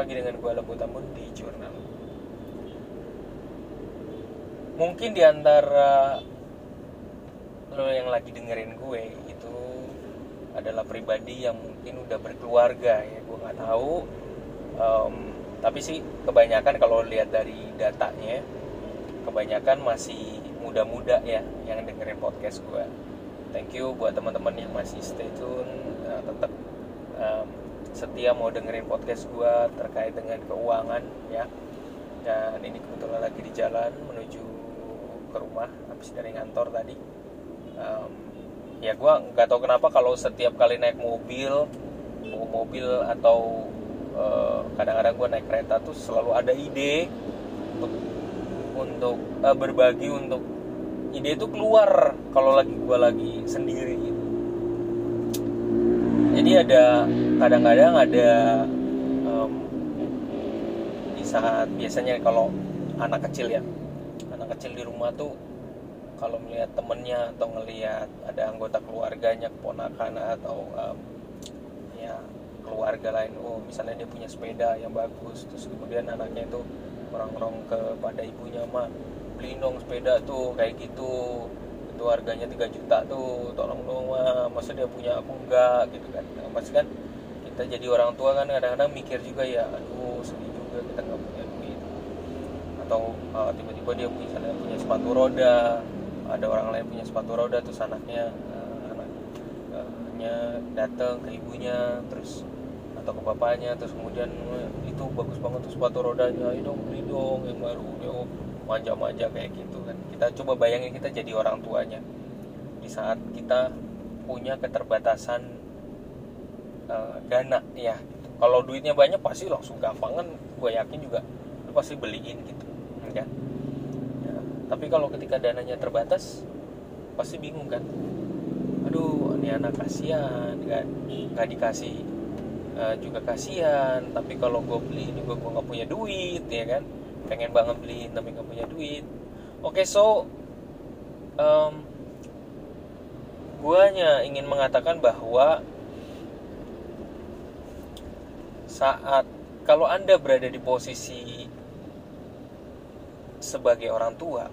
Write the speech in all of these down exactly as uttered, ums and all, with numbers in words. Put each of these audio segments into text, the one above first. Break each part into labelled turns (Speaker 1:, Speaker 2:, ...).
Speaker 1: lagi dengan gue Lembu Tambun di Jurnal. Mungkin di antara lo yang lagi dengerin gue itu adalah pribadi yang mungkin udah berkeluarga ya, gue nggak tahu. Um, tapi sih kebanyakan kalau lihat dari datanya, kebanyakan masih muda-muda ya yang dengerin podcast gue. Thank you buat teman-teman yang masih stay tune, uh, tetap um, setia mau dengerin podcast gue terkait dengan keuangan ya. Dan ini kebetulan lagi di jalan menuju ke rumah habis dari kantor tadi. Um, ya gue nggak tahu kenapa kalau setiap kali naik mobil, mobil atau uh, kadang-kadang gue naik kereta tuh selalu ada ide untuk untuk uh, berbagi, untuk ide itu keluar kalau lagi gue lagi sendiri gitu. Jadi ada kadang-kadang ada um, di saat biasanya kalau anak kecil ya, anak kecil di rumah tuh kalau melihat temennya atau ngelihat ada anggota keluarganya, keponakan atau um, ya keluarga lain, oh misalnya dia punya sepeda yang bagus, terus kemudian anaknya itu orang-orang kepada ibunya, mah beliin dong sepeda tuh kayak gitu, itu harganya tiga juta tuh, tolong dong mah, masa dia punya aku enggak gitu kan. Nah, pasti kan kita jadi orang tua kan kadang-kadang mikir juga ya, aduh sedih juga kita nggak punya duit. Atau uh, tiba-tiba dia misalnya punya sepatu roda, ada orang lain punya sepatu roda, terus anaknya uh, anaknya datang ke ibunya terus atau ke bapaknya, terus kemudian itu bagus banget tuh sepatu rodanya, ayo dong beli dong yang baru, dia manja-manja kayak gitu kan. Kita coba bayangin kita jadi orang tuanya di saat kita punya keterbatasan uh, dana ya. Kalau duitnya banyak pasti langsung gampang kan, gue yakin juga lu pasti beliin gitu kan ya. Tapi kalau ketika dananya terbatas pasti bingung kan, aduh ini anak kasihan nggak nggak dikasih uh, juga kasihan, tapi kalau gue beli ini gue nggak punya duit ya kan, pengen banget beliin tapi nggak punya duit. Oke, okay, so um, gue hanya ingin mengatakan bahwa saat kalau Anda berada di posisi sebagai orang tua,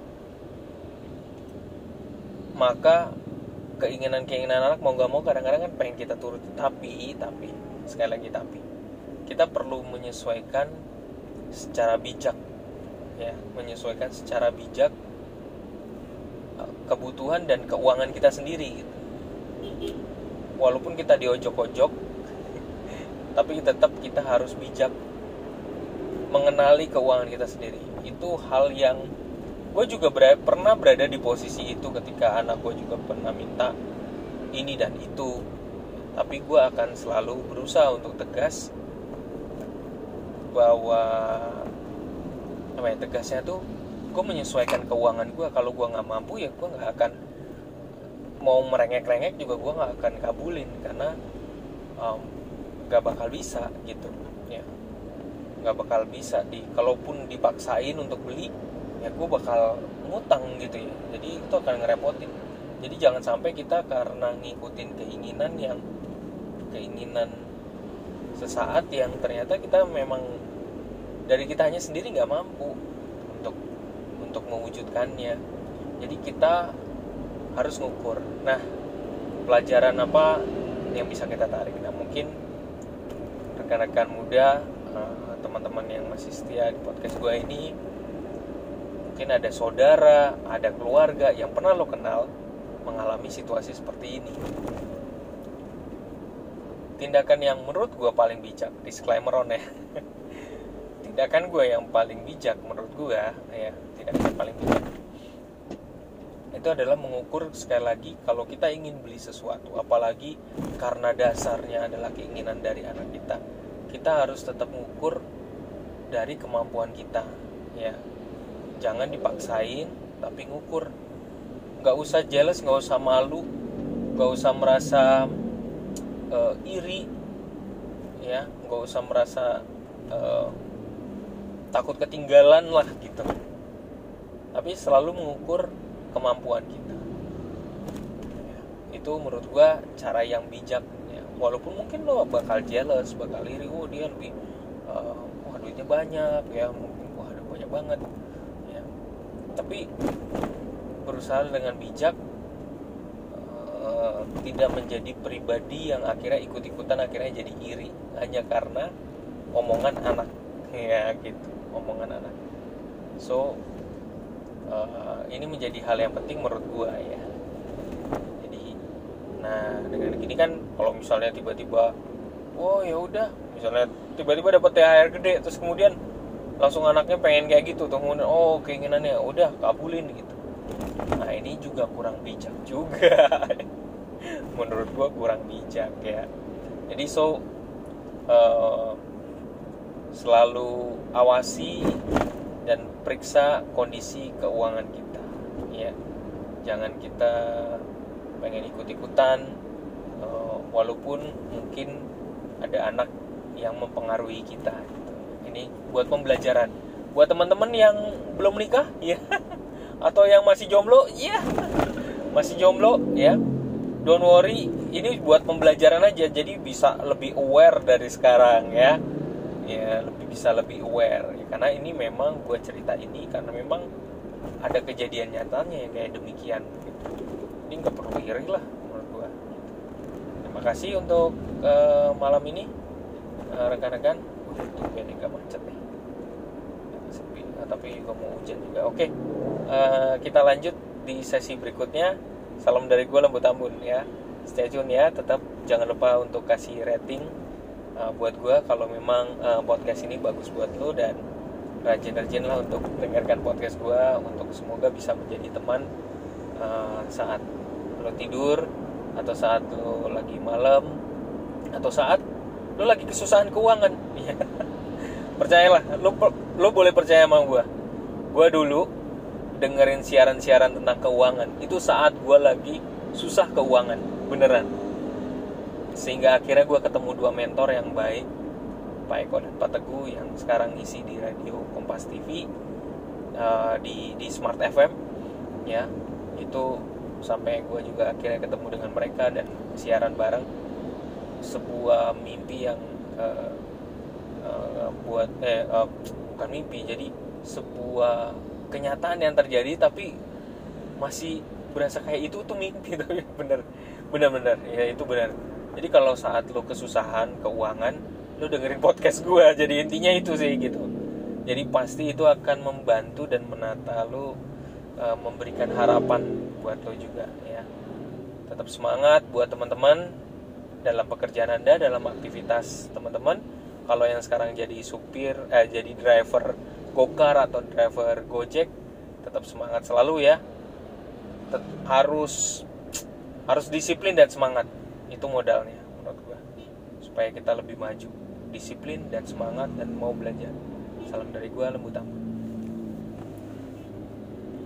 Speaker 1: maka keinginan-keinginan anak mau gak mau kadang-kadang kan pengen kita turuti, tapi tapi sekali lagi tapi kita perlu menyesuaikan secara bijak ya, menyesuaikan secara bijak kebutuhan dan keuangan kita sendiri gitu. Walaupun kita diojok-ojok, tapi tetap kita harus bijak mengenali keuangan kita sendiri. Itu hal yang gue juga berada, pernah berada di posisi itu ketika anak gue juga pernah minta ini dan itu, tapi gue akan selalu berusaha untuk tegas bahwa apa ya, tegasnya tuh gue menyesuaikan keuangan gue. Kalau gue nggak mampu ya gue nggak akan mau merengek-rengek juga, gue nggak akan kabulin karena um, nggak bakal bisa gitu ya, nggak bakal bisa di kalaupun dipaksain untuk beli ya gue bakal ngutang gitu ya, jadi itu akan ngerepotin. Jadi jangan sampai kita karena ngikutin keinginan yang keinginan sesaat yang ternyata kita memang dari kita hanya sendiri nggak mampu untuk untuk mewujudkannya. Jadi kita harus ngukur. Nah, pelajaran apa yang bisa kita tarik? Nah, mungkin rekan-rekan muda, teman-teman yang masih setia di podcast gue ini, mungkin ada saudara, ada keluarga yang pernah lo kenal mengalami situasi seperti ini. Tindakan yang menurut gue paling bijak, disclaimer on ya, tindakan gue yang paling bijak menurut gue ya, tindakan yang paling bijak itu adalah mengukur sekali lagi kalau kita ingin beli sesuatu, apalagi karena dasarnya adalah keinginan dari anak kita, kita harus tetap mengukur dari kemampuan kita ya. Jangan dipaksain, tapi ngukur. Nggak usah jealous, nggak usah malu, nggak usah merasa uh, iri ya, nggak usah merasa uh, takut ketinggalan lah gitu, tapi selalu mengukur kemampuan kita ya. Itu menurut gua cara yang bijak ya. Walaupun mungkin lo bakal jealous, bakal iri, oh dia lebih uh, duitnya banyak ya, mungkin wah ada banyak banget ya, tapi berusaha dengan bijak, uh, tidak menjadi pribadi yang akhirnya ikut-ikutan akhirnya jadi iri hanya karena omongan anak ya gitu, omongan anak. So uh, ini menjadi hal yang penting menurut gua ya. Jadi nah dengan gini kan kalau misalnya tiba-tiba oh ya udah, misalnya tiba-tiba dapat T H R gede terus kemudian langsung anaknya pengen kayak gitu, kemudian oh keinginannya udah kabulin gitu. Nah ini juga kurang bijak juga menurut gua kurang bijak ya. Jadi so uh, selalu awasi dan periksa kondisi keuangan kita ya. Jangan kita pengen ikut-ikutan uh, walaupun mungkin ada anak yang mempengaruhi kita gitu. Ini buat pembelajaran buat teman-teman yang belum nikah ya atau yang masih jomblo ya, masih jomblo ya, don't worry, ini buat pembelajaran aja, jadi bisa lebih aware dari sekarang ya. Ya lebih bisa lebih aware ya, karena ini memang gue cerita ini karena memang ada kejadian nyatanya yang kayak demikian gitu. Ini nggak perlu iri lah menurut gue. Terima kasih untuk uh, malam ini uh, rekan-rekan. Udah ini nggak macet nih, sepi, nah, tapi juga mau hujan juga. Oke, uh, kita lanjut di sesi berikutnya. Salam dari gue Lembut Tambun ya. Stay tune ya, tetap jangan lupa untuk kasih rating uh, buat gue kalau memang uh, podcast ini bagus buat lo, dan rajin-rajin lah untuk dengarkan podcast gue, untuk semoga bisa menjadi teman uh, saat lo tidur, atau saat lo lagi malam, atau saat lo lagi kesusahan keuangan. Percayalah, lo lo boleh percaya sama gue. Gue dulu dengerin siaran-siaran tentang keuangan itu saat gue lagi susah keuangan beneran, sehingga akhirnya gue ketemu dua mentor yang baik, Pak Eko dan Pak Teguh, yang sekarang ngisi di radio Kompas T V, uh, di di Smart F M ya. Itu sampai gue juga akhirnya ketemu dengan mereka dan siaran bareng. Sebuah mimpi yang uh, uh, buat eh uh, bukan mimpi, jadi sebuah kenyataan yang terjadi, tapi masih berasa kayak itu tuh mimpi, tapi bener bener-bener ya itu benar. Jadi kalau saat lo kesusahan keuangan, lo dengerin podcast gue. Jadi intinya itu sih gitu. Jadi pasti itu akan membantu dan menata lo, uh, memberikan harapan buat lo juga ya. Tetap semangat buat teman-teman dalam pekerjaan Anda, dalam aktivitas teman-teman. Kalau yang sekarang jadi supir, eh, jadi driver Gokar atau driver Gojek, tetap semangat selalu ya. Tet- harus harus disiplin dan semangat. Itu modalnya menurut gua, supaya kita lebih maju. Disiplin dan semangat dan mau belajar. Salam dari gua, Lembut Tambun.